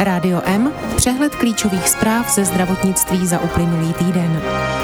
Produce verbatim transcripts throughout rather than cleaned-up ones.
Rádio M, přehled klíčových zpráv ze zdravotnictví za uplynulý týden.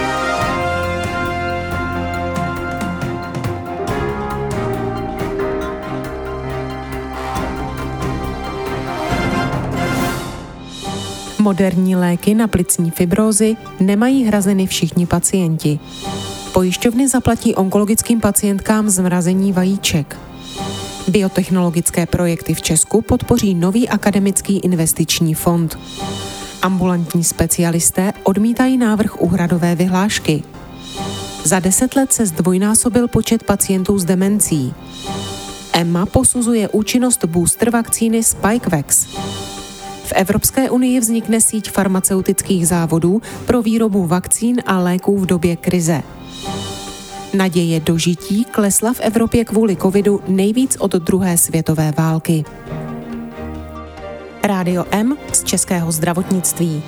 Moderní léky na plicní fibrózy nemají hrazeny všichni pacienti. Pojišťovny zaplatí onkologickým pacientkám zmrazení vajíček. Biotechnologické projekty v Česku podpoří nový akademický investiční fond. Ambulantní specialisté odmítají návrh úhradové vyhlášky. Za deset let se zdvojnásobil počet pacientů s demencí. E M A posuzuje účinnost booster vakcíny Spikevax. V Evropské unii vznikne síť farmaceutických závodů pro výrobu vakcín a léků v době krize. Naděje dožití klesla v Evropě kvůli covidu nejvíc od druhé světové války. Rádio M z českého zdravotnictví.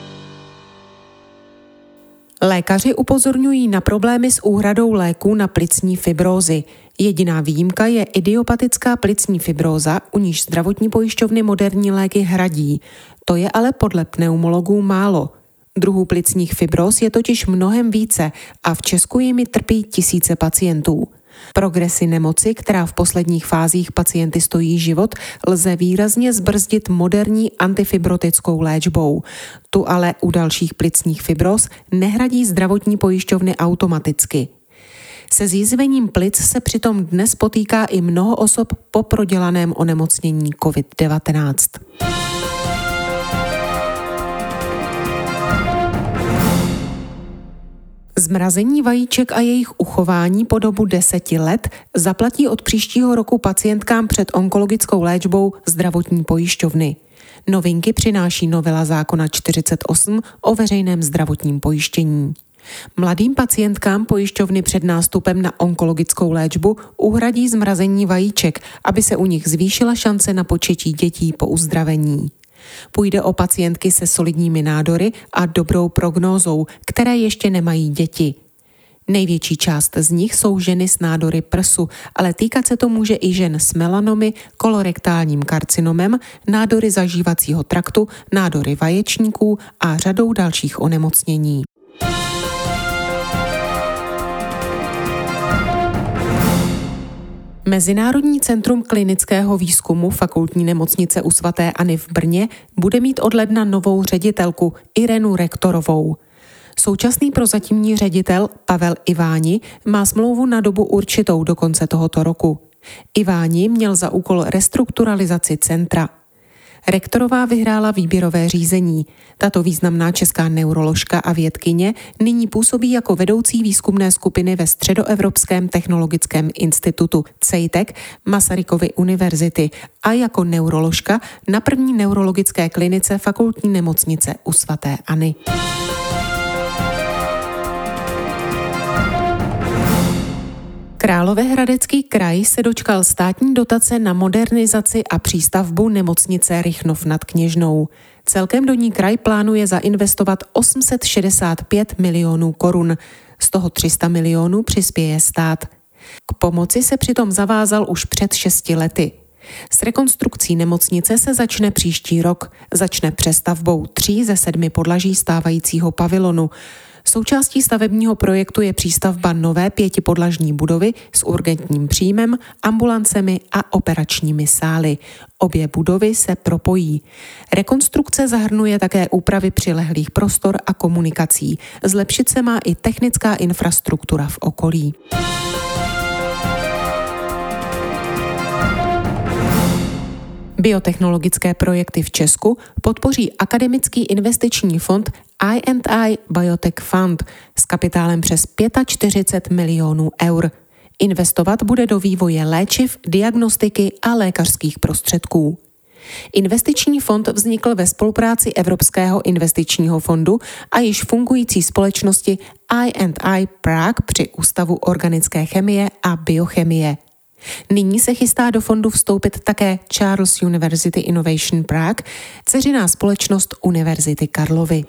Lékaři upozorňují na problémy s úhradou léků na plicní fibrózy. Jediná výjimka je idiopatická plicní fibróza, u níž zdravotní pojišťovny moderní léky hradí. To je ale podle pneumologů málo. Druhů plicních fibróz je totiž mnohem více a v Česku jimi trpí tisíce pacientů. Progresi nemoci, která v posledních fázích pacienty stojí život, lze výrazně zbrzdit moderní antifibrotickou léčbou. Tu ale u dalších plicních fibróz nehradí zdravotní pojišťovny automaticky. Se zjizvením plic se přitom dnes potýká i mnoho osob po prodělaném onemocnění covid devatenáct. Zmrazení vajíček a jejich uchování po dobu deseti let zaplatí od příštího roku pacientkám před onkologickou léčbou zdravotní pojišťovny. Novinky přináší novela zákona čtyřicet osm o veřejném zdravotním pojištění. Mladým pacientkám pojišťovny před nástupem na onkologickou léčbu uhradí zmrazení vajíček, aby se u nich zvýšila šance na početí dětí po uzdravení. Půjde o pacientky se solidními nádory a dobrou prognózou, které ještě nemají děti. Největší část z nich jsou ženy s nádory prsu, ale týkat se to může i žen s melanomy, kolorektálním karcinomem, nádory zažívacího traktu, nádory vaječníků a řadou dalších onemocnění. Mezinárodní centrum klinického výzkumu Fakultní nemocnice u svaté Anny v Brně bude mít od ledna novou ředitelku Irenu Rektorovou. Současný prozatímní ředitel Pavel Iváni má smlouvu na dobu určitou do konce tohoto roku. Iváni měl za úkol restrukturalizaci centra. Rektorová vyhrála výběrové řízení. Tato významná česká neuroložka a vědkyně nyní působí jako vedoucí výzkumné skupiny ve Středoevropském technologickém institutu C E I T E C Masarykovy univerzity a jako neuroložka na první neurologické klinice Fakultní nemocnice u svaté Anny. Královéhradecký kraj se dočkal státní dotace na modernizaci a přístavbu nemocnice Rychnov nad Kněžnou. Celkem do ní kraj plánuje zainvestovat osm set šedesát pět milionů korun, z toho tři sta milionů přispěje stát. K pomoci se přitom zavázal už před šesti lety. S rekonstrukcí nemocnice se začne příští rok, začne přestavbou tří ze sedmi podlaží stávajícího pavilonu. Součástí stavebního projektu je přístavba nové pětipodlažní budovy s urgentním příjmem, ambulancemi a operačními sály. Obě budovy se propojí. Rekonstrukce zahrnuje také úpravy přilehlých prostor a komunikací. Zlepšit se má i technická infrastruktura v okolí. Biotechnologické projekty v Česku podpoří akademický investiční fond I and I Biotech Fund s kapitálem přes čtyřicet pět milionů eur. Investovat bude do vývoje léčiv, diagnostiky a lékařských prostředků. Investiční fond vznikl ve spolupráci Evropského investičního fondu a již fungující společnosti I and I Prague při Ústavu organické chemie a biochemie. Nyní se chystá do fondu vstoupit také Charles University Innovation Prague, dceřiná společnost Univerzity Karlovy.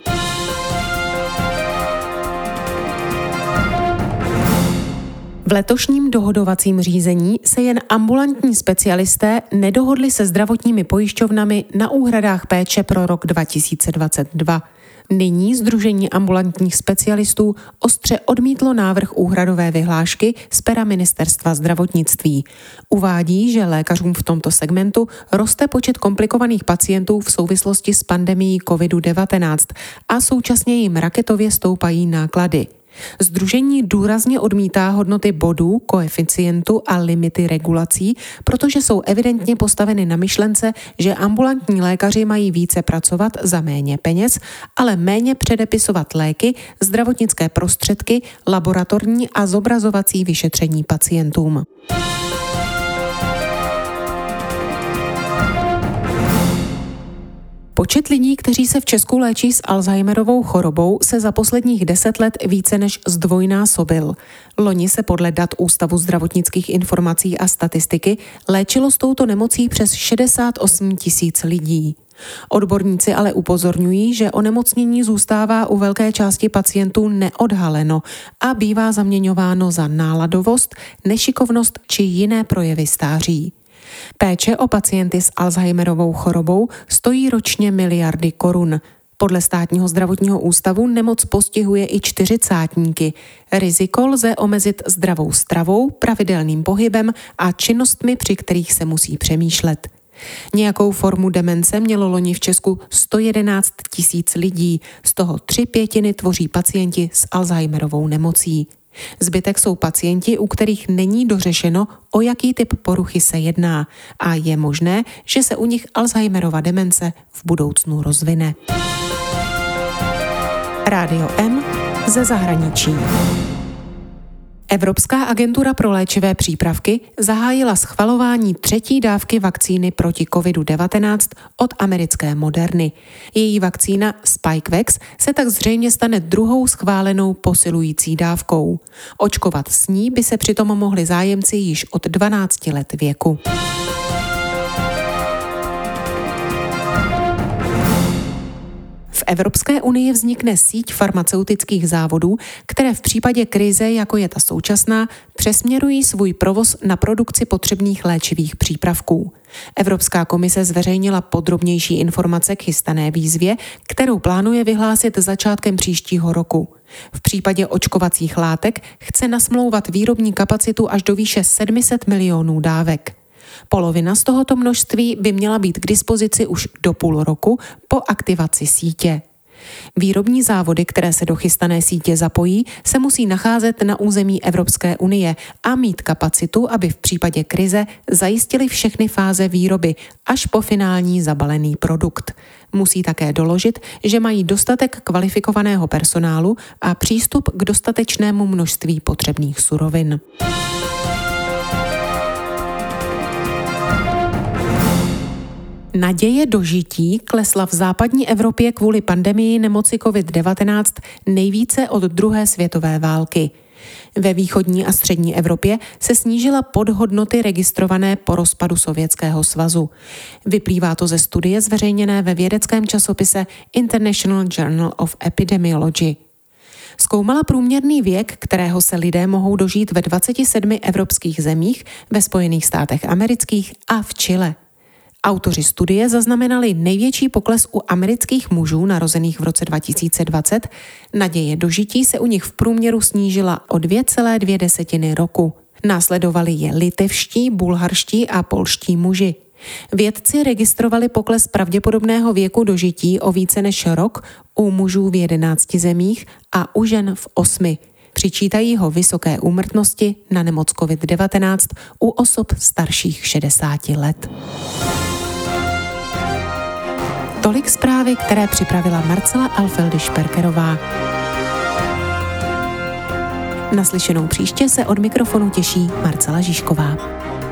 V letošním dohodovacím řízení se jen ambulantní specialisté nedohodli se zdravotními pojišťovnami na úhradách péče pro rok dva tisíce dvacet dva. Nyní Sdružení ambulantních specialistů ostře odmítlo návrh úhradové vyhlášky z pera Ministerstva zdravotnictví. Uvádí, že lékařům v tomto segmentu roste počet komplikovaných pacientů v souvislosti s pandemií covid devatenáct a současně jim raketově stoupají náklady. Sdružení důrazně odmítá hodnoty bodů, koeficientu a limity regulací, protože jsou evidentně postaveny na myšlence, že ambulantní lékaři mají více pracovat za méně peněz, ale méně předepisovat léky, zdravotnické prostředky, laboratorní a zobrazovací vyšetření pacientům. Počet lidí, kteří se v Česku léčí s Alzheimerovou chorobou, se za posledních deset let více než zdvojnásobil. Loni se podle dat Ústavu zdravotnických informací a statistiky léčilo s touto nemocí přes šedesát osm tisíc lidí. Odborníci ale upozorňují, že onemocnění zůstává u velké části pacientů neodhaleno a bývá zaměňováno za náladovost, nešikovnost či jiné projevy stáří. Péče o pacienty s Alzheimerovou chorobou stojí ročně miliardy korun. Podle Státního zdravotního ústavu nemoc postihuje i čtyřicátníky. Riziko lze omezit zdravou stravou, pravidelným pohybem a činnostmi, při kterých se musí přemýšlet. Nějakou formu demence mělo loni v Česku sto jedenáct tisíc lidí, z toho tři pětiny tvoří pacienti s Alzheimerovou nemocí. Zbytek jsou pacienti, u kterých není dořešeno, o jaký typ poruchy se jedná a je možné, že se u nich Alzheimerova demence v budoucnu rozvine. Rádio M ze zahraničí. Evropská agentura pro léčivé přípravky zahájila schvalování třetí dávky vakcíny proti covid devatenáct od americké Moderny. Její vakcína Spikevax se tak zřejmě stane druhou schválenou posilující dávkou. Očkovat s ní by se přitom mohli zájemci již od dvanácti let věku. V Evropské unii vznikne síť farmaceutických závodů, které v případě krize, jako je ta současná, přesměrují svůj provoz na produkci potřebných léčivých přípravků. Evropská komise zveřejnila podrobnější informace k chystané výzvě, kterou plánuje vyhlásit začátkem příštího roku. V případě očkovacích látek chce nasmlouvat výrobní kapacitu až do výše sedm set milionů dávek. Polovina z tohoto množství by měla být k dispozici už do půl roku po aktivaci sítě. Výrobní závody, které se do chystané sítě zapojí, se musí nacházet na území Evropské unie a mít kapacitu, aby v případě krize zajistili všechny fáze výroby až po finální zabalený produkt. Musí také doložit, že mají dostatek kvalifikovaného personálu a přístup k dostatečnému množství potřebných surovin. Naděje dožití klesla v západní Evropě kvůli pandemii nemoci covid devatenáct nejvíce od druhé světové války. Ve východní a střední Evropě se snížila podhodnoty registrované po rozpadu Sovětského svazu. Vyplývá to ze studie zveřejněné ve vědeckém časopise International Journal of Epidemiology. Zkoumala průměrný věk, kterého se lidé mohou dožít ve dvaceti sedmi evropských zemích, ve Spojených státech amerických a v Chile. Autoři studie zaznamenali největší pokles u amerických mužů narozených v roce dva tisíce dvacet. Naděje dožití se u nich v průměru snížila o dvě celé dvě desetiny roku. Následovali je litevští, bulharští a polští muži. Vědci registrovali pokles pravděpodobného věku dožití o více než rok u mužů v jedenácti zemích a u žen v osmi. Přičítají ho vysoké úmrtnosti na nemoc covid devatenáct u osob starších šedesáti let. Tolik zprávy, které připravila Marcela Alfeldy-Šperkerová. Naslyšenou příště se od mikrofonu těší Marcela Žižková.